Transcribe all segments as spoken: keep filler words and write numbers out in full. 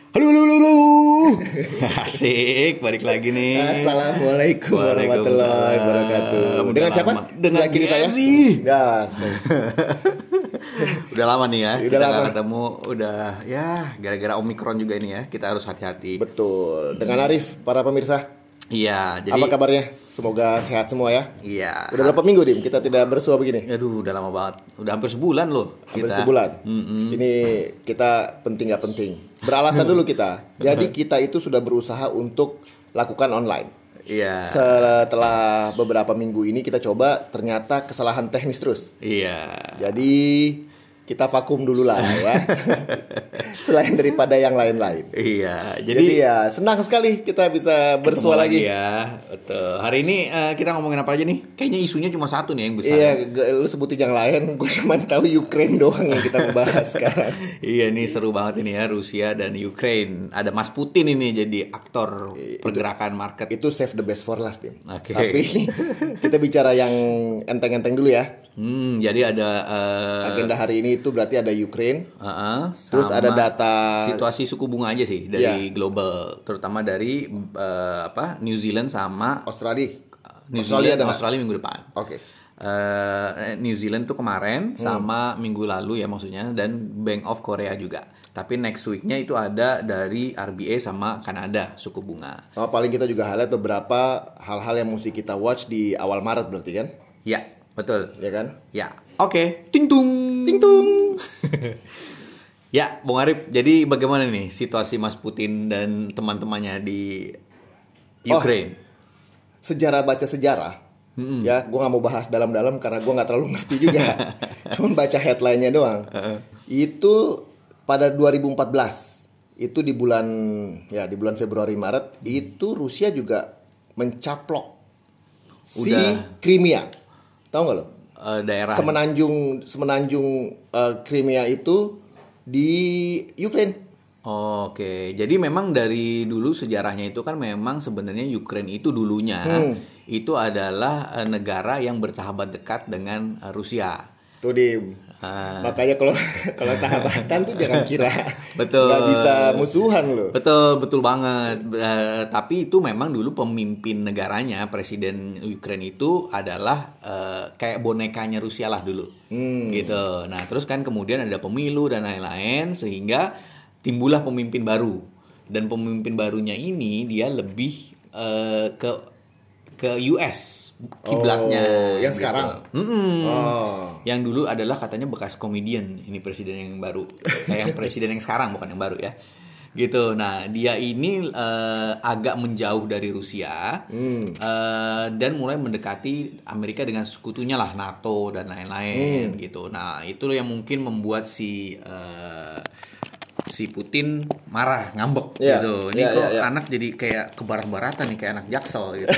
Halo, halo, halo, halo. Asik, balik lagi nih. Assalamualaikum warahmatullahi wabarakatuh. Dengan siapa? Dengan kiri saya. Ya, udah lama nih ya. Udah kita lama. nggak ketemu, udah ya gara-gara Omikron juga ini ya. Kita harus hati-hati. Betul. Dengan Arif, para pemirsa. Iya, jadi Apa kabarnya? Semoga sehat semua ya. Iya. Udah berapa minggu Dim kita tidak bersua begini? Aduh, udah lama banget. Udah hampir sebulan loh. Hampir kita. sebulan. Mm-mm. Ini kita penting gak penting. Beralasan dulu kita. Jadi kita itu sudah berusaha untuk lakukan online. Iya. Setelah beberapa minggu ini kita coba, ternyata kesalahan teknis terus. Iya. Jadi kita vakum dulu lah ya. Selain daripada yang lain-lain. Iya. Jadi, Jadi, ya senang sekali kita bisa ketemu bersua lagi. ya. Betul. Hari ini eh, kita ngomongin apa aja nih? Kayaknya isunya cuma satu nih yang besar. Iya, g- lu sebutin yang lain, gue cuma tahu Ukraine doang yang kita mau bahas sekarang. Iya nih seru banget ini ya, Rusia dan Ukraine. Ada Mas Putin ini jadi aktor pergerakan market. Itu save the best for last, Tim. Oke. Tapi kita bicara yang enteng-enteng dulu ya. Hmm, jadi ada eh, Agenda hari ini itu berarti ada Ukraine, uh-uh, terus sama ada data situasi suku bunga aja sih dari Iya. global, terutama dari eh, apa New Zealand sama Australia. New Australia Zealand ada nggak? Australia minggu depan. Oke. Eh, New Zealand tuh kemarin sama minggu lalu ya maksudnya, dan Bank of Korea juga. Tapi next weeknya itu ada dari R B A sama Kanada suku bunga. Sama paling kita juga highlight beberapa hal-hal yang mesti kita watch di awal Maret berarti kan? Ya, betul. Ya kan? Ya, oke. Ting tung, ting tung. Ya, Bung Arif. Jadi bagaimana nih situasi Mas Putin dan teman-temannya di Ukraine? Sejarah baca sejarah. Ya, gue nggak mau bahas dalam-dalam karena gue nggak terlalu ngerti juga. Cuman baca headline-nya doang. Itu pada dua ribu empat belas, itu di bulan ya di bulan Februari Maret, itu Rusia juga mencaplok si Udah. Crimea. Tahu nggak lo? Eh, daerah. Semenanjung semenanjung eh, Crimea itu di Ukraine. Oke, jadi memang dari dulu sejarahnya itu kan memang sebenarnya Ukraine itu dulunya itu adalah eh, negara yang bersahabat dekat dengan eh, Rusia. Tuh Dim. Ah. Makanya kalau kalau sahabatan tuh jangan kira Betul. nggak bisa musuhan loh. Betul, betul banget. Eh, tapi itu memang dulu pemimpin negaranya, presiden Ukraine itu adalah eh, kayak bonekanya Rusia lah dulu. Gitu. Nah, terus kan kemudian ada pemilu dan lain-lain sehingga timbullah pemimpin baru. Dan pemimpin barunya ini dia lebih eh, ke ke U S kiblatnya. Oh, yang gitu. sekarang? Mm-mm. Oh. Yang dulu adalah katanya bekas komedian, ini presiden yang baru. Eh, yang presiden yang sekarang bukan yang baru ya. Gitu. Nah, dia ini eh, agak menjauh dari Rusia eh, dan mulai mendekati Amerika dengan sekutunya lah, NATO dan lain-lain gitu. Nah, itu yang mungkin membuat si eh, si Putin marah, ngambek Iya, gitu. Ini iya, kok iya, iya. anak jadi kayak kebarat-baratan nih, kayak anak Jaksel gitu.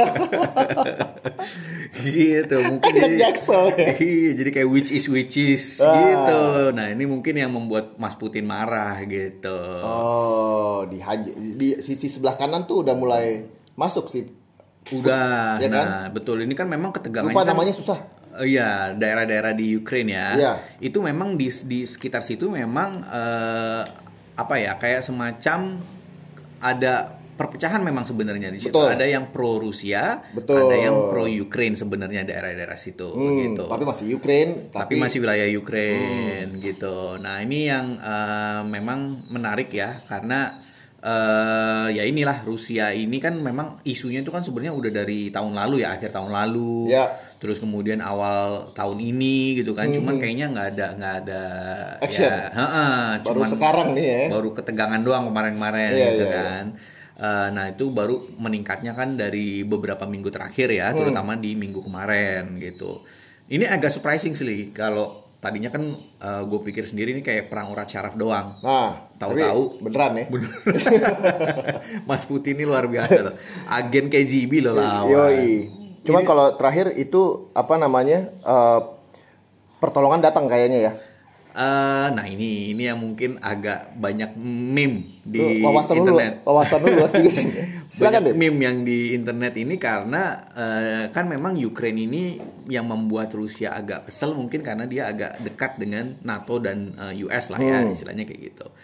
Gitu, mungkin Anak jadi, Jaksel ya? Iya, jadi kayak which is which is Ah. gitu. Nah, ini mungkin yang membuat Mas Putin marah gitu. Oh, di haj- di sisi sebelah kanan tuh udah mulai masuk sih. Udah. Ya kan? Nah, betul, ini kan memang ketegangannya Lupa kan, namanya susah. eh, Iya, daerah-daerah di Ukraine ya. Iya. Itu memang di di sekitar situ memang eh, apa ya, kayak semacam ada perpecahan memang sebenarnya di situ. Betul. Ada yang pro Rusia, Betul. ada yang pro Ukraine sebenarnya daerah-daerah situ Hmm, gitu. Tapi masih Ukraine, Tapi masih wilayah Ukraine gitu. Nah, ini yang eh, memang menarik ya, karena eh, ya inilah Rusia ini kan memang isunya itu kan sebenarnya udah dari tahun lalu ya, akhir tahun lalu. Ya. Terus kemudian awal tahun ini gitu kan, cuman kayaknya nggak ada nggak ada Action. ya, heeh, baru cuman sekarang nih ya. baru ketegangan doang kemarin-kemarin Iya, gitu iya, iya. kan. Eh, nah, itu baru meningkatnya kan dari beberapa minggu terakhir ya, Hmm. terutama di minggu kemarin gitu. Ini agak surprising sih kalau tadinya kan gue pikir sendiri ini kayak perang urat syaraf doang. Nah, Tahu-tahu tapi beneran ya. Mas Putin ini luar biasa loh. Agen K G B loh lawan. Yoi. Cuman kalau terakhir itu apa namanya? eh, pertolongan datang kayaknya ya. Eh, nah ini ini yang mungkin agak banyak meme di Lu wawasan internet. Dulu, wawasan dulu luas juga. Silakan Banyak deh. meme yang di internet ini karena eh, kan memang Ukraine ini yang membuat Rusia agak kesel mungkin karena dia agak dekat dengan NATO dan eh, U S lah ya, istilahnya kayak gitu.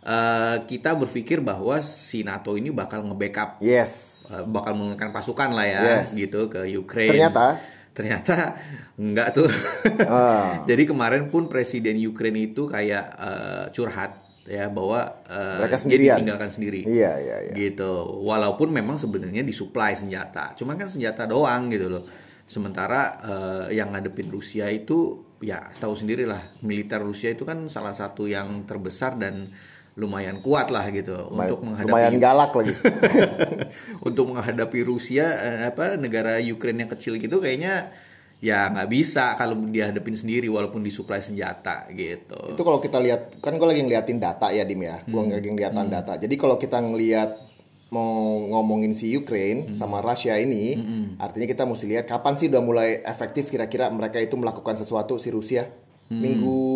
uh, kita berpikir bahwa si NATO ini bakal nge-backup, Yes. uh, bakal menggunakan pasukan lah ya, Yes. gitu ke Ukraine. Ternyata Ternyata enggak tuh. Ah. Jadi kemarin pun presiden Ukraine itu kayak uh, curhat ya bahwa uh, Mereka dia sendirian. ditinggalkan sendiri. Iya, iya, iya. Gitu. Walaupun memang sebenarnya disuplai senjata, cuman kan senjata doang gitu loh. Sementara uh, yang ngadepin Rusia itu ya tahu sendiri lah, militer Rusia itu kan salah satu yang terbesar dan lumayan kuat lah gitu Lumayan, untuk menghadapi lumayan galak lagi. untuk menghadapi Rusia eh, apa negara Ukraine yang kecil gitu kayaknya ya nggak bisa kalau dia hadapin sendiri walaupun disuplai senjata gitu. Itu kalau kita lihat, kan gue lagi ngeliatin data ya Dim ya, gue Hmm. lagi ngeliatin data. Jadi kalau kita ngeliat mau ngomongin si Ukraine sama Rusia ini, artinya kita mesti lihat kapan sih udah mulai efektif kira-kira mereka itu melakukan sesuatu si Rusia. Minggu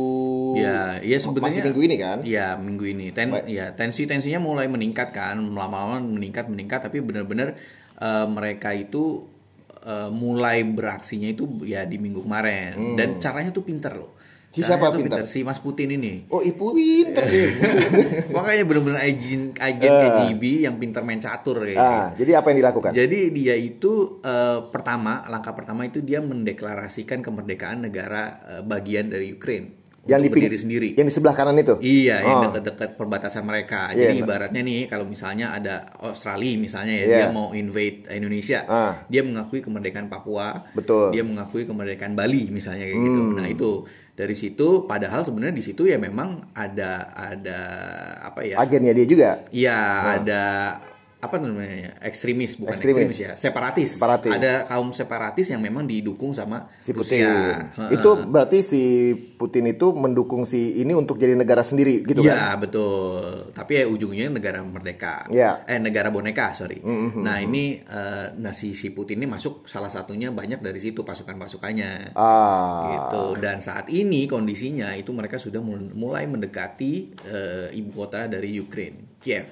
Ya, ya sebenarnya masih minggu ini kan? Ya, minggu ini. Ten, Baik. ya, tensi-tensinya mulai meningkat kan, lama-lama meningkat meningkat tapi benar-benar eh, mereka itu eh, mulai beraksinya itu ya di minggu kemarin dan caranya tuh pinter loh. Si Caranya siapa tuh pinter? Si Mas Putin ini. Oh, Ibu pinter Dim. Makanya benar-benar agen agen K G B yang pinter main catur kayak gitu. Ah, jadi apa yang dilakukan? Jadi dia itu eh, pertama langkah pertama itu dia mendeklarasikan kemerdekaan negara eh, bagian dari Ukraine yang untuk di ping- berdiri sendiri. Yang di sebelah kanan itu? Iya, yang Oh. dekat-dekat perbatasan mereka. Iya, Jadi Mbak. ibaratnya nih kalau misalnya ada Australia misalnya ya Iya. dia mau invade Indonesia, Ah. dia mengakui kemerdekaan Papua, Betul. dia mengakui kemerdekaan Bali misalnya kayak gitu. Nah itu dari situ, padahal sebenarnya di situ ya memang ada ada apa ya? Agennya dia juga. Iya, ada apa namanya? Ekstremis, bukan Ekstremis. ekstremis, ya, separatis. Separatis. Ada kaum separatis yang memang didukung sama Si Putin. Rusia. Heeh. Itu berarti si Putin itu mendukung si ini untuk jadi negara sendiri gitu Iya, kan? betul. Tapi ya ujungnya negara merdeka. Iya. Eh negara boneka, sorry. Mhm. Nah, ini eh, nah si, si Putin ini masuk salah satunya banyak dari situ pasukan-pasukannya. Ah. Gitu. Dan saat ini kondisinya itu mereka sudah mul- mulai mendekati eh, ibu kota dari Ukraine, Kiev.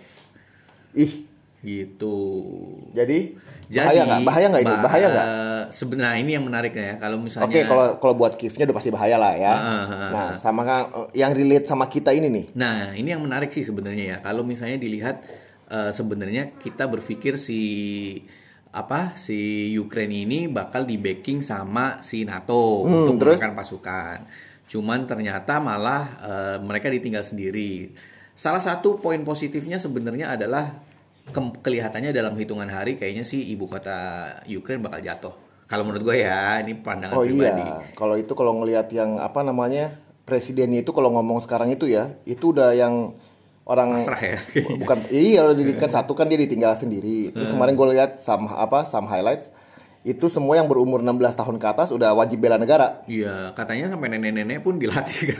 Ih, Gitu. jadi, Jadi bahaya nggak? Bahaya nggak ini? ba- Bahaya nggak? Sebenarnya ini yang menarik ya. Kalau misalnya Oke, kalau kalau buat Kievnya udah pasti bahaya lah ya. Ah, ah, ah, Nah, sama kan, yang relate sama kita ini nih. Nah, ini yang menarik sih sebenarnya ya. Kalau misalnya dilihat eh, sebenarnya kita berpikir si apa si Ukraine ini bakal di backing sama si NATO Hmm, untuk terus? menggunakan pasukan. Cuman ternyata malah eh, mereka ditinggal sendiri. Salah satu poin positifnya sebenarnya adalah ke- kelihatannya dalam hitungan hari kayaknya sih ibu kota Ukraine bakal jatuh. Kalau menurut gue ya, ini pandangan Oh pribadi. iya, kalau itu kalau ngelihat yang apa namanya presidennya itu kalau ngomong sekarang itu ya, itu udah yang orang Pasrah ya. bukan iya udah di- kan satu kan dia ditinggal sendiri. Terus kemarin gue lihat some apa some highlights itu semua yang berumur enam belas tahun ke atas udah wajib bela negara. Iya, katanya sampai nenek-nenek pun dilatih.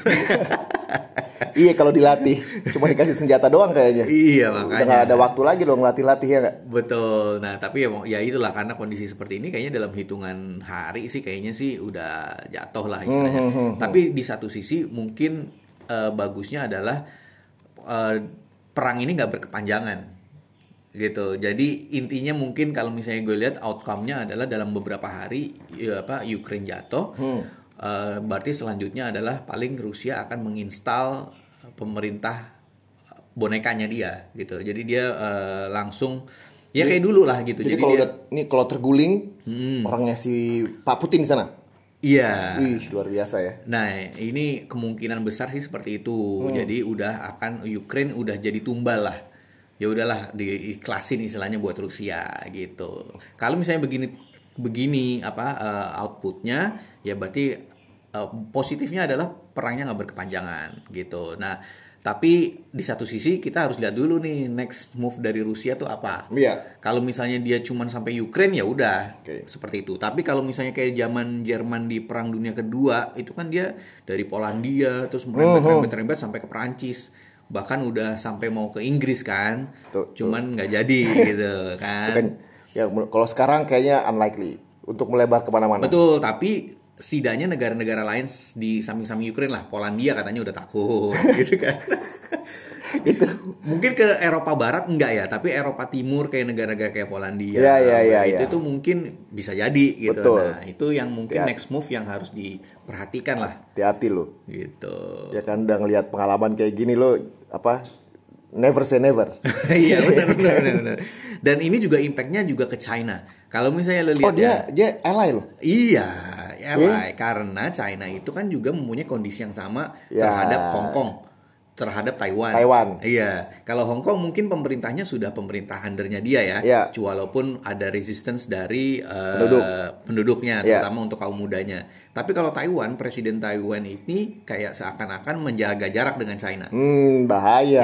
Iya kalau dilatih, cuma dikasih senjata doang kayaknya. Iya, Udah makanya. nggak ada waktu lagi loh ngelatih-latih ya nggak? Betul. Nah, tapi ya, ya itulah karena kondisi seperti ini kayaknya dalam hitungan hari sih kayaknya sih udah jatuh lah istilahnya. Hmm, hmm, hmm, Tapi di satu sisi mungkin eh, bagusnya adalah eh, perang ini nggak berkepanjangan gitu. Jadi intinya mungkin kalau misalnya gue lihat outcome-nya adalah dalam beberapa hari ya apa Ukraine jatuh. Hmm. Eh, berarti selanjutnya adalah paling Rusia akan menginstal pemerintah bonekanya dia gitu. Jadi dia eh, langsung ya kayak dulu lah gitu. Jadi, Jadi, kalau dia udah ini kalau terguling Hmm. orangnya si Pak Putin di sana. iya. Wih, luar biasa ya. Nah, ini kemungkinan besar sih seperti itu. Jadi udah akan Ukraine udah jadi tumbal lah. Ya udahlah diikhlasin istilahnya buat Rusia gitu. Kalau misalnya begini begini apa eh, outputnya ya berarti eh, positifnya adalah perangnya nggak berkepanjangan gitu. Nah, tapi di satu sisi kita harus lihat dulu nih next move dari Rusia tuh apa. Iya. Kalau misalnya dia cuman sampai Ukraine ya udah Oke. seperti itu. Tapi kalau misalnya kayak zaman Jerman di Perang Dunia Kedua itu kan dia dari Polandia terus merembet merembet merembet sampai ke Perancis, bahkan udah sampai mau ke Inggris kan. Tuh, Cuman nggak jadi gitu kan. Kan ya kalau sekarang kayaknya unlikely untuk melebar kemana-mana. Betul, tapi setidaknya negara-negara lain di samping-samping Ukraine lah, Polandia katanya udah takut gitu kan. Gitu. Mungkin ke Eropa Barat enggak ya, tapi Eropa Timur kayak negara-negara kayak Polandia, ya, ya, ya, itu ya. tuh mungkin bisa jadi gitu. Betul. Nah itu yang mungkin Hati-hati. next move yang harus diperhatikan lah. Hati-hati lo. Gitu. Ya kan udah ngelihat pengalaman kayak gini lo apa? Never say never. Iya benar benar benar. Dan ini juga impactnya juga ke China. Kalau misalnya lo lihat Oh dia ya, dia ally lo. iya, ally karena China itu kan juga mempunyai kondisi yang sama Ya. terhadap Hong Kong, terhadap Taiwan. Taiwan. Iya, kalau Hong Kong mungkin pemerintahnya sudah pemerintah undernya dia ya. Ya. Walaupun ada resistance dari uh, Penduduk. penduduknya, Ya. terutama untuk kaum mudanya. Tapi kalau Taiwan, presiden Taiwan ini kayak seakan-akan menjaga jarak dengan China. Hmm, bahaya,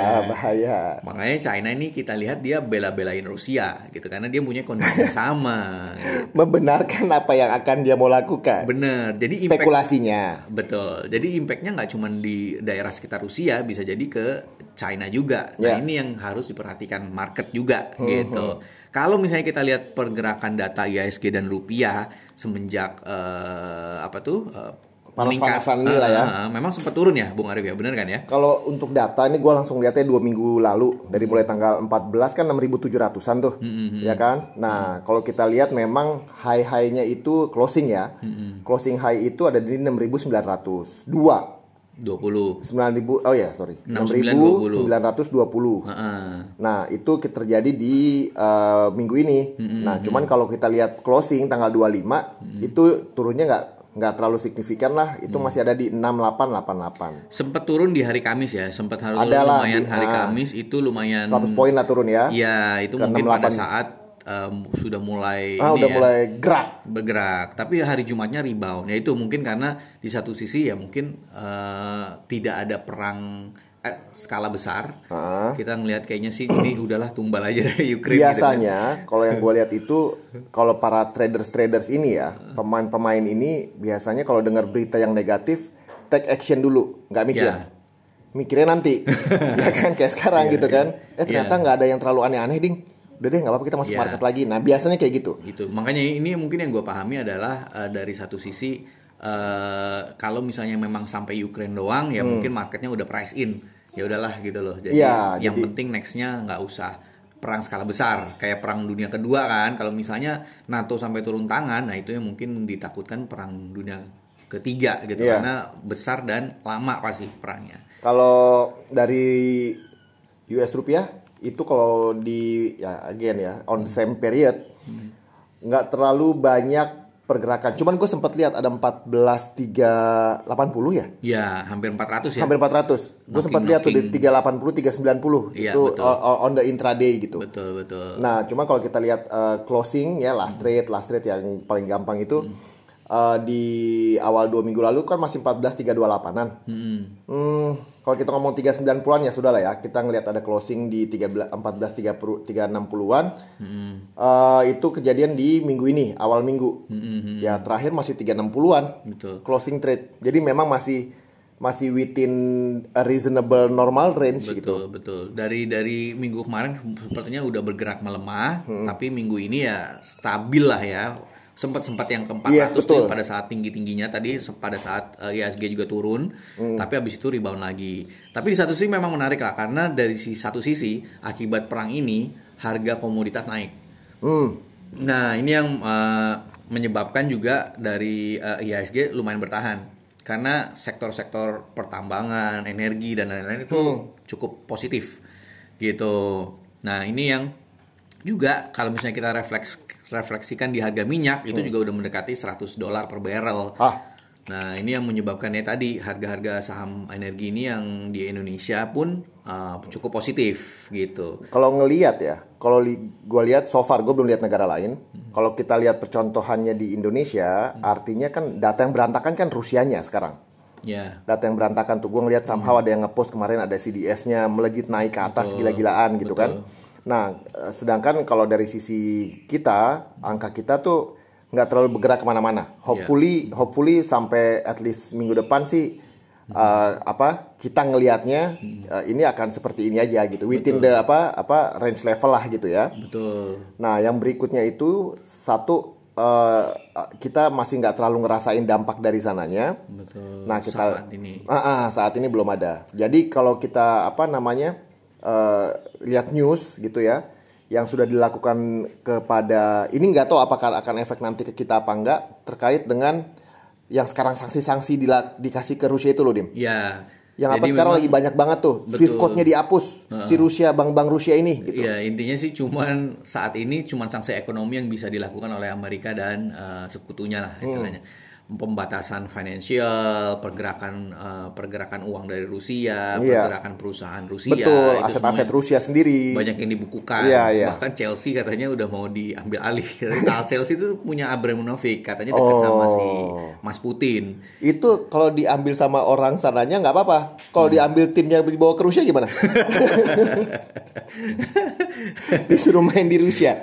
bahaya. Makanya China ini kita lihat dia bela-belain Rusia gitu karena dia punya kondisi yang sama. Gitu. Membenarkan apa yang akan dia mau lakukan. Bener. Jadi impact, Spekulasinya. betul. Jadi impactnya nggak cuma di daerah sekitar Rusia, bisa jadi ke China juga. Nah Ya. ini yang harus diperhatikan market juga gitu. Kalau misalnya kita lihat pergerakan data I H S G dan rupiah semenjak eh, apa tuh eh, Panas-panasan ini lah ya. eh, memang sempat turun ya, Bung Arif ya, bener kan ya? Kalau untuk data ini gue langsung lihatnya dua minggu lalu dari mulai tanggal empat belas kan enam ribu tujuh ratusan tuh, Mm-hmm. ya kan? Nah kalau kita lihat memang high-high-nya itu closing ya, Mm-hmm. closing high itu ada di enam ribu sembilan ratus dua. dua puluh. sembilan ribu, oh ya sorry, enam enam sembilan ribu dua puluh. sembilan ratus dua puluh. Heeh. Nah itu terjadi di uh, minggu ini. Nah cuman kalau kita lihat closing tanggal dua puluh lima itu turunnya nggak nggak terlalu signifikan lah. Itu masih ada di enam delapan delapan delapan. Sempat turun di hari Kamis ya, sempat harus turun Adalah lumayan di- hari ah, Kamis itu lumayan seratus poin lah turun ya. Iya, itu Ke mungkin enam pada delapan. saat um, sudah mulai Ah ini udah ya, mulai gerak. bergerak. Tapi hari Jumatnya rebound. Ya itu mungkin karena di satu sisi ya mungkin eh, tidak ada perang eh, skala besar. Ah. Kita ngelihat kayaknya sih ini udahlah tumbal aja dari Ukraine gitu kan. Biasanya kalau yang gue lihat itu kalau para traders-traders ini ya, pemain-pemain ini biasanya kalau dengar berita yang negatif take action dulu, nggak mikir. Ya. Mikirnya nanti. Ya kan kayak sekarang Iya, gitu iya. kan. Eh ternyata Iya. nggak ada yang terlalu aneh-aneh, Ding. Udah deh nggak apa-apa kita masuk Iya. market lagi. Nah biasanya kayak gitu. Gitu. Makanya ini mungkin yang gue pahami adalah eh, dari satu sisi eh, kalau misalnya memang sampai Ukraine doang ya mungkin marketnya udah price in. Ya udahlah gitu loh. Jadi Iya, yang jadi- penting nextnya nggak usah perang skala besar kayak perang dunia kedua kan. Kalau misalnya NATO sampai turun tangan, nah itu yang mungkin ditakutkan perang dunia ketiga gitu Iya. karena besar dan lama pasti perangnya. Kalau dari U S rupiah itu kalau di ya again ya on same period nggak terlalu banyak pergerakan. Cuman gue sempat lihat ada empat belas tiga delapan puluh ya. Ya hampir empat ratus ya. Hampir empat ratus. Gue Knocking- sempat lihat tuh di knocking. tiga delapan puluh tiga sembilan puluh Iya, itu betul. on, on the intraday gitu. Betul betul. Nah, cuma kalau kita lihat uh, closing ya last trade, last trade yang paling gampang itu uh, di awal dua minggu lalu kan masih empat belas tiga dua delapan-an. Hmm. Hmm, kalau kita ngomong tiga sembilan puluhan ya sudah lah ya. Kita ngelihat ada closing di tiga belas empat belas tiga enam puluhan. Uh, itu kejadian di minggu ini, awal minggu. Ya, terakhir masih tiga enam puluhan. Betul. Closing trade. Jadi memang masih masih within a reasonable normal range Betul, gitu. betul. Dari dari minggu kemarin sepertinya udah bergerak melemah, tapi minggu ini ya stabil lah ya. Sempat-sempat yang ke empat ratus Yes, tuh betul. pada saat tinggi-tingginya tadi pada saat uh, I H S G juga turun, tapi habis itu rebound lagi. Tapi di satu sisi memang menarik lah karena dari si satu sisi akibat perang ini harga komoditas naik. Hmm. Nah, ini yang uh, menyebabkan juga dari uh, I H S G lumayan bertahan. Karena sektor-sektor pertambangan, energi, dan lain-lain itu cukup positif. Gitu. Nah, ini yang juga kalau misalnya kita refleks, refleksikan di harga minyak, itu juga udah mendekati seratus dolar per barrel. Ah, Nah, ini yang menyebabkannya tadi harga-harga saham energi ini yang di Indonesia pun uh, cukup positif gitu. kalau ngelihat ya, kalau li, gue lihat so far gue belum lihat negara lain. Kalau kita lihat percontohannya di Indonesia, artinya kan data yang berantakan kan Rusianya sekarang. Ya, Data yang berantakan tuh gue ngelihat somehow ada yang ngepost kemarin ada C D S-nya melejit naik ke atas Betul, gila-gilaan gitu betul. kan. Nah, eh, sedangkan kalau dari sisi kita, angka kita tuh nggak terlalu bergerak kemana-mana. Hopefully, hopefully sampai at least minggu depan sih eh, apa kita ngelihatnya eh, ini akan seperti ini aja gitu. Within the apa apa range level lah gitu ya. betul. Nah, yang berikutnya itu satu uh, kita masih nggak terlalu ngerasain dampak dari sananya. Betul. Nah kita saat ini. Uh, uh, saat ini belum ada. Jadi kalau kita apa namanya uh, lihat news gitu ya, yang sudah dilakukan kepada ini nggak tahu apakah akan efek nanti ke kita apa enggak terkait dengan yang sekarang sanksi-sanksi dila- dikasih ke Rusia itu loh, Dim. Ya. Yang apa sekarang lagi banyak banget tuh Swift code-nya dihapus uh, si Rusia, bank-bank Rusia ini gitu. Iya, intinya sih cuman saat ini cuman sanksi ekonomi yang bisa dilakukan oleh Amerika dan uh, sekutunya lah istilahnya. Hmm. Pembatasan finansial, pergerakan uh, pergerakan uang dari Rusia, iya. pergerakan perusahaan Rusia. Betul, aset-aset Rusia sendiri. Banyak yang dibukukan. Iya, iya. Bahkan Chelsea katanya udah mau diambil alih. Nah, Chelsea itu punya Abramovich, katanya dekat oh. sama si Mas Putin. Itu kalau diambil sama orang sananya nggak apa-apa. Kalau hmm. diambil timnya dibawa ke Rusia gimana? Disuruh main di Rusia.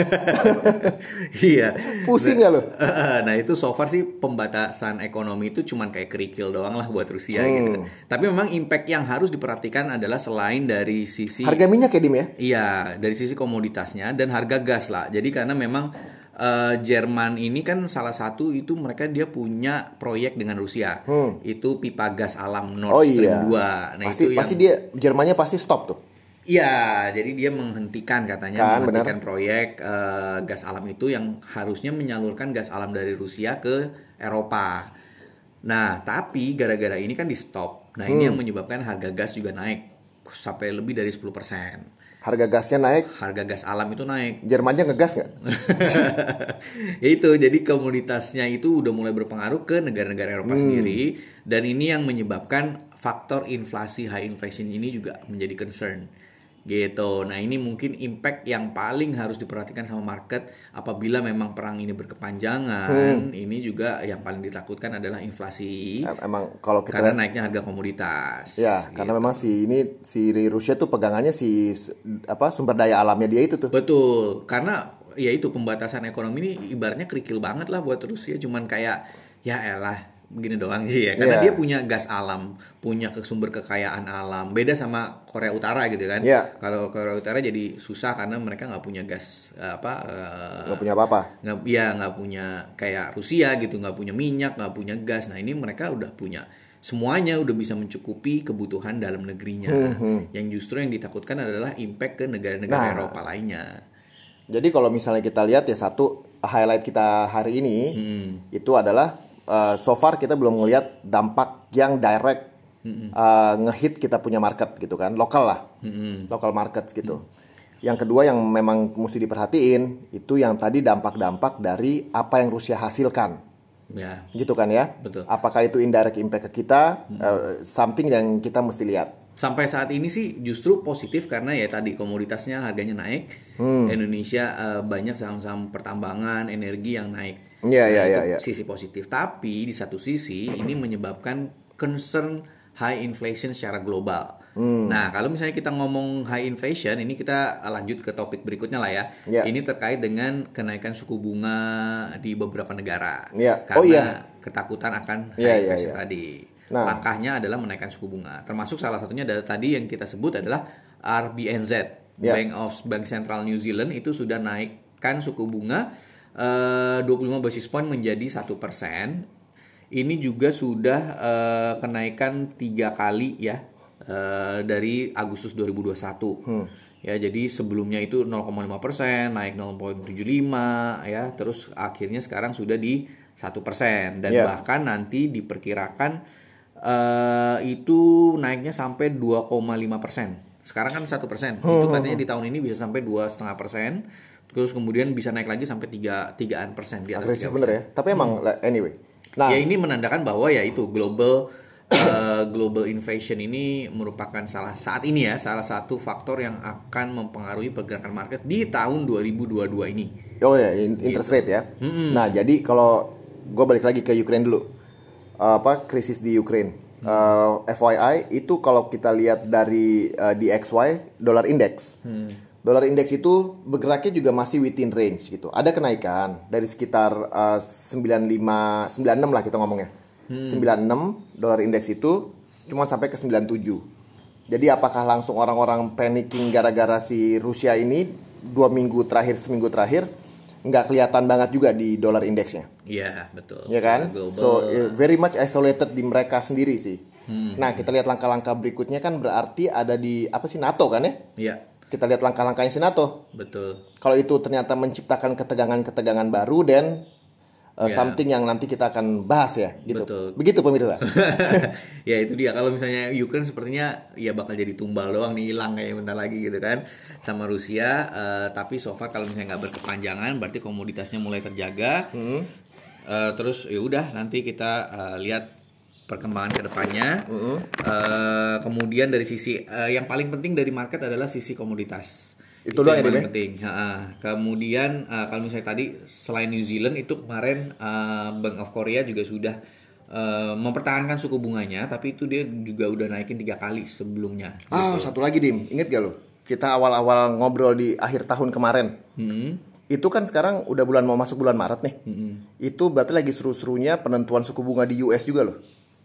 Iya. Pusing nggak lo? Nah itu so far sih pembatasan ekonomi itu cuman kayak kerikil doang lah buat Rusia hmm. gitu. Tapi memang impact yang harus diperhatikan adalah selain dari sisi harga minyak ya, Dim ya? Iya, dari sisi komoditasnya dan harga gas lah. Jadi karena memang uh, Jerman ini kan salah satu itu mereka dia punya proyek dengan Rusia. Hmm. Itu pipa gas alam Nord oh, Stream iya. dua. Nah pasti, itu pasti yang dia Jermannya pasti stop tuh. Iya, jadi dia menghentikan katanya kan, menghentikan benar. proyek uh, gas alam itu yang harusnya menyalurkan gas alam dari Rusia ke Eropa. Nah, tapi gara-gara ini kan di stop. Nah, hmm. ini yang menyebabkan harga gas juga naik sampai lebih dari sepuluh persen. Harga gasnya naik? Harga gas alam itu naik. Jermannya ngegas nggak? Ya itu, jadi komoditasnya itu udah mulai berpengaruh ke negara-negara Eropa hmm. sendiri. Dan ini yang menyebabkan faktor inflasi, high inflation ini juga menjadi concern. Gitu. Nah ini mungkin impact yang paling harus diperhatikan sama market apabila memang perang ini berkepanjangan. Hmm. Ini juga yang paling ditakutkan adalah inflasi. Emang kalau kita karena naiknya harga komoditas. Ya, gitu. Karena memang si ini si Rusia tuh pegangannya si apa sumber daya alamnya dia itu tuh. Betul. Karena ya itu pembatasan ekonomi ini ibaratnya kerikil banget lah buat Rusia. Cuman kayak ya elah. Begini doang sih ya, karena yeah. dia punya gas alam, punya sumber kekayaan alam, beda sama Korea Utara gitu kan. Yeah. Kalau Korea Utara jadi susah karena mereka nggak punya gas apa, nggak uh, punya apa-apa. Nggak, ya nggak punya kayak Rusia gitu, nggak punya minyak, nggak punya gas. Nah ini mereka udah punya semuanya, udah bisa mencukupi kebutuhan dalam negerinya. Mm-hmm. Yang justru yang ditakutkan adalah impact ke negara-negara nah, Eropa lainnya. Jadi kalau misalnya kita lihat ya satu highlight kita hari ini hmm. itu adalah Uh, so far kita belum ngelihat dampak yang direct mm-hmm. uh, ngehit kita punya market gitu kan, lokal lah, mm-hmm. local markets gitu. Mm-hmm. Yang kedua yang memang mesti diperhatiin itu yang tadi dampak-dampak dari apa yang Rusia hasilkan, ya. Gitu kan ya. Betul. Apakah itu indirect impact ke kita, mm-hmm. uh, something yang kita mesti lihat. Sampai saat ini sih justru positif karena ya tadi komoditasnya harganya naik, hmm. Indonesia uh, banyak saham-saham pertambangan, energi yang naik. Iya, nah, iya, itu iya. sisi positif. Tapi di satu sisi ini menyebabkan concern high inflation secara global. Hmm. Nah, kalau misalnya kita ngomong high inflation, ini kita lanjut ke topik berikutnya lah ya. Yeah. Ini terkait dengan kenaikan suku bunga di beberapa negara. Yeah. Karena oh, iya. ketakutan akan high yeah, inflation yeah, yeah. tadi. Nah. Langkahnya adalah menaikkan suku bunga. Termasuk salah satunya dari tadi yang kita sebut adalah R B N Z, yeah. Bank of Bank Central New Zealand itu sudah naikkan suku bunga uh, dua puluh lima basis point menjadi satu persen. Ini juga sudah uh, kenaikan tiga kali ya uh, dari Agustus dua ribu dua puluh satu. Hmm. Ya, jadi sebelumnya itu nol koma lima persen, naik nol koma tujuh lima ya, terus akhirnya sekarang sudah di satu persen dan yeah. bahkan nanti diperkirakan Uh, itu naiknya sampai dua koma lima persen. Sekarang kan satu persen. Hmm. Itu katanya di tahun ini bisa sampai dua koma lima persen. Terus kemudian bisa naik lagi sampai tiga tigaan persen di atas. Agresif bener ya. Tapi emang hmm. anyway. Nah, ya ini menandakan bahwa ya itu global uh, global inflation ini merupakan salah saat ini ya salah satu faktor yang akan mempengaruhi pergerakan market di tahun dua ribu dua puluh dua ini. Oh ya, interest gitu. Rate ya. Hmm. Nah, jadi kalau gue balik lagi ke Ukraine dulu. Apa krisis di Ukraine. Hmm. Uh, F Y I itu kalau kita lihat dari uh, D X Y dollar index. Hmm. Dollar index itu bergeraknya juga masih within range gitu. Ada kenaikan dari sekitar uh, sembilan puluh lima sembilan puluh enam lah kita ngomongnya. Hmm. sembilan puluh enam dollar index itu cuma sampai ke sembilan puluh tujuh. Jadi apakah langsung orang-orang panicking gara-gara si Rusia ini dua minggu terakhir seminggu terakhir nggak kelihatan banget juga di dolar indeksnya. Iya, betul. Ya kan? Global. So very much isolated di mereka sendiri sih. Hmm. Nah, kita lihat langkah-langkah berikutnya kan berarti ada di apa sih NATO kan ya? Iya. Kita lihat langkah-langkahnya si NATO. Betul. Kalau itu ternyata menciptakan ketegangan-ketegangan baru dan uh, Ya. something yang nanti kita akan bahas ya, gitu. Betul. Begitu pemirsa. Ya itu dia, kalau misalnya Ukraine sepertinya ya bakal jadi tumbal doang nih, hilang kayak bentar lagi gitu kan sama Rusia. Uh, tapi so far kalau misalnya nggak berkepanjangan berarti komoditasnya mulai terjaga. Hmm. Uh, terus ya udah nanti kita uh, lihat perkembangan kedepannya. Uh-huh. Uh, kemudian dari sisi uh, yang paling penting dari market adalah sisi komoditas. Itu, itu doang yang ya, paling penting. Ha-ha. Kemudian uh, kalau misalnya tadi selain New Zealand itu kemarin uh, Bank of Korea juga sudah uh, mempertahankan suku bunganya, tapi itu dia juga udah naikin tiga kali sebelumnya. Ah, gitu. satu lagi Dim, inget gak lo? Kita awal-awal ngobrol di akhir tahun kemarin. Hmm. Itu kan sekarang udah bulan mau masuk bulan Maret nih. Hmm. Itu berarti lagi seru-serunya penentuan suku bunga di U S juga loh.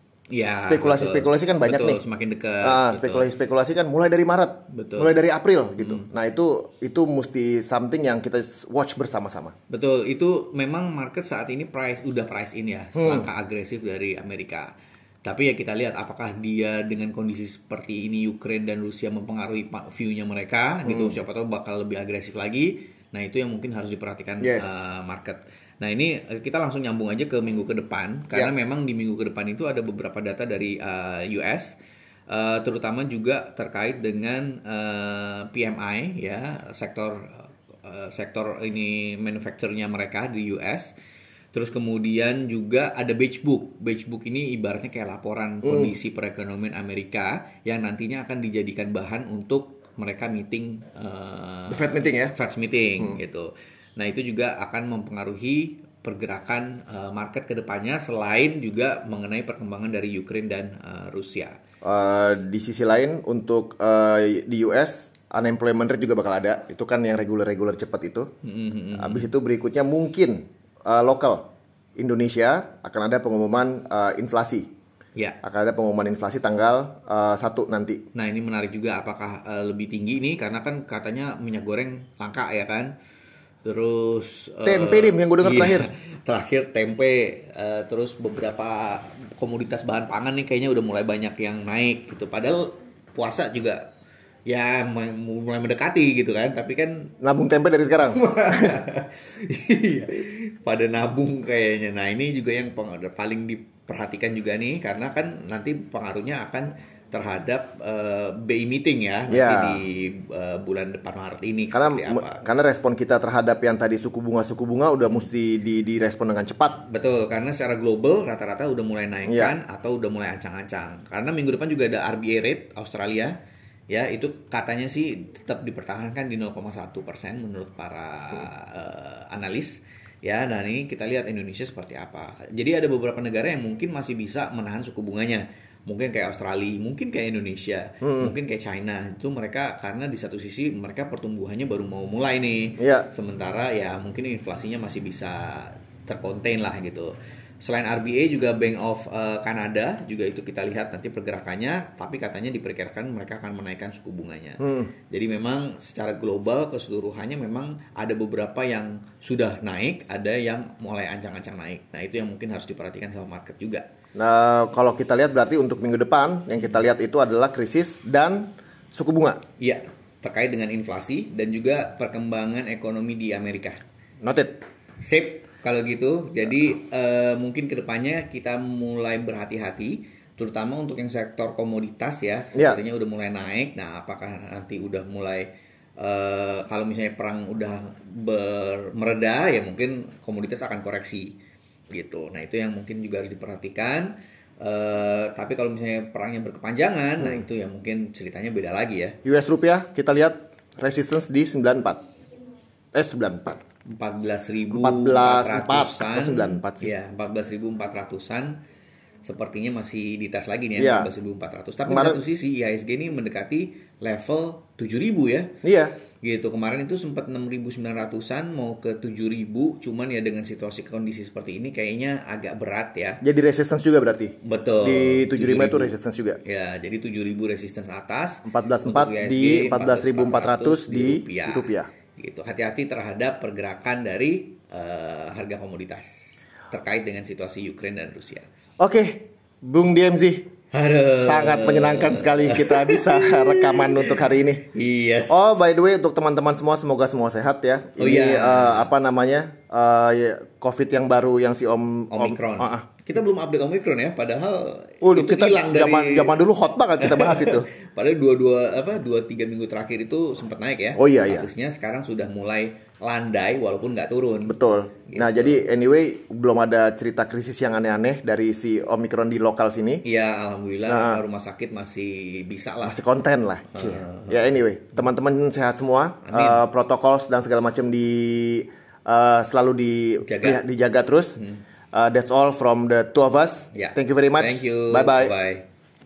Ya, spekulasi-spekulasi kan banyak betul, nih. Semakin dekat. Ah, gitu. Spekulasi-spekulasi kan mulai dari Maret, betul. mulai dari April gitu. Hmm. Nah itu itu mesti something yang kita watch bersama-sama. Betul, itu memang market saat ini price udah price in ya, hmm. langkah agresif dari Amerika. Tapi ya kita lihat apakah dia dengan kondisi seperti ini Ukraine dan Rusia mempengaruhi view-nya mereka hmm. gitu. Siapa tahu bakal lebih agresif lagi. Nah itu yang mungkin harus diperhatikan yes. uh, market. Nah ini kita langsung nyambung aja ke minggu ke depan karena yeah. memang di minggu ke depan itu ada beberapa data dari uh, U S uh, terutama juga terkait dengan uh, P M I ya, sektor uh, sektor ini manufacture-nya mereka di U S. Terus kemudian juga ada Beige Book. Beige Book ini ibaratnya kayak laporan mm. kondisi perekonomian Amerika yang nantinya akan dijadikan bahan untuk mereka meeting uh, The Fed meeting ya, Fed meeting hmm. gitu. Nah itu juga akan mempengaruhi pergerakan uh, market kedepannya selain juga mengenai perkembangan dari Ukraine dan uh, Rusia. Uh, di sisi lain untuk uh, di U S unemployment rate juga bakal ada. Itu kan yang regular-regular cepat itu. Mm-hmm. Habis itu berikutnya mungkin uh, lokal Indonesia akan ada pengumuman uh, inflasi. Ya. Akan ada pengumuman inflasi tanggal uh, satu nanti. Nah ini menarik juga, apakah uh, lebih tinggi nih? Karena kan katanya minyak goreng langka ya kan. Terus tempe uh, dim yang gue dengar iya, terakhir. Terakhir tempe. Uh, terus beberapa komoditas bahan pangan nih kayaknya udah mulai banyak yang naik gitu. Padahal puasa juga ya mulai mendekati gitu kan. Tapi kan nabung tempe dari sekarang. Pada nabung kayaknya. Nah ini juga yang paling di perhatikan juga nih karena kan nanti pengaruhnya akan terhadap uh, B I meeting ya nanti yeah. di uh, bulan depan Maret ini. Karena apa. Karena respon kita terhadap yang tadi suku bunga suku bunga udah mesti di direspon dengan cepat. Betul, karena secara global rata-rata udah mulai naikkan yeah. atau udah mulai ancang-ancang. Karena minggu depan juga ada R B A rate Australia ya, itu katanya sih tetap dipertahankan di nol koma satu persen menurut para uh, analis. Ya, dan ini kita lihat Indonesia seperti apa. Jadi ada beberapa negara yang mungkin masih bisa menahan suku bunganya. Mungkin kayak Australia, mungkin kayak Indonesia, hmm. mungkin kayak China. Itu mereka karena di satu sisi mereka pertumbuhannya baru mau mulai nih. Yeah. Sementara ya mungkin inflasinya masih bisa terkontain lah gitu. Selain R B A juga Bank of uh, Canada juga itu kita lihat nanti pergerakannya, tapi katanya diperkirakan mereka akan menaikkan suku bunganya. Hmm. Jadi memang secara global keseluruhannya memang ada beberapa yang sudah naik, ada yang mulai ancang-ancang naik. Nah itu yang mungkin harus diperhatikan sama market juga. Nah kalau kita lihat berarti untuk minggu depan yang kita lihat itu adalah krisis dan suku bunga. Iya, terkait dengan inflasi dan juga perkembangan ekonomi di Amerika. Noted. Sip. Kalau gitu, jadi uh, mungkin kedepannya kita mulai berhati-hati, terutama untuk yang sektor komoditas ya, sepertinya yeah. udah mulai naik. Nah, apakah nanti udah mulai uh, kalau misalnya perang udah ber- mereda, ya mungkin komoditas akan koreksi, gitu. Nah, itu yang mungkin juga harus diperhatikan. Uh, tapi kalau misalnya perangnya berkepanjangan, hmm. nah itu ya mungkin ceritanya beda lagi ya. U S rupiah kita lihat resistance di sembilan puluh empat. Eh sembilan puluh empat. empat belas ribu empat ratusan sih. Ya, empat belas ribu empat ratusan sepertinya masih di tas lagi nih ya, yeah. empat belas ribu empat ratus. Tapi kemarin, di satu sisi I H S G ini mendekati level tujuh ribu ya. Iya. Gitu. Kemarin itu sempat enam ribu sembilan ratusan mau ke tujuh ribu, cuman ya dengan situasi kondisi seperti ini kayaknya agak berat ya. Jadi resistance juga berarti. Betul. Di tujuh ribu itu resistance juga. Ya, jadi tujuh ribu resistance atas. empat belas ribu empat ratus di empat belas ribu empat ratus di rupiah. rupiah. Gitu. Hati-hati terhadap pergerakan dari uh, harga komoditas terkait dengan situasi Ukraina dan Rusia. Oke, Bung D M Z. Aduh. Sangat menyenangkan sekali kita bisa rekaman untuk hari ini. Yes. Oh, by the way, untuk teman-teman semua, semoga semua sehat ya. Oh, ini iya. uh, apa namanya uh, COVID yang baru yang si Om Omikron. Om, uh, uh. Kita belum update Omikron ya, padahal Udah, itu kita hilang dari zaman zaman dulu hot banget kita bahas itu. Padahal dua-dua apa dua tiga minggu terakhir itu sempat naik ya. Oh iya iya. Kasusnya sekarang sudah mulai landai walaupun nggak turun. Betul. Gitu. Nah jadi anyway belum ada cerita krisis yang aneh-aneh dari si Omikron di lokal sini. Iya alhamdulillah Nah, rumah sakit masih bisa lah. masih konten lah. Uh, ya anyway teman-teman sehat semua. Uh, protokol dan segala macam di uh, selalu di Jaga. dijaga terus. Hmm. Uh, that's all from the two of us. Yeah. Thank you very much. Thank you. Bye bye. Bye.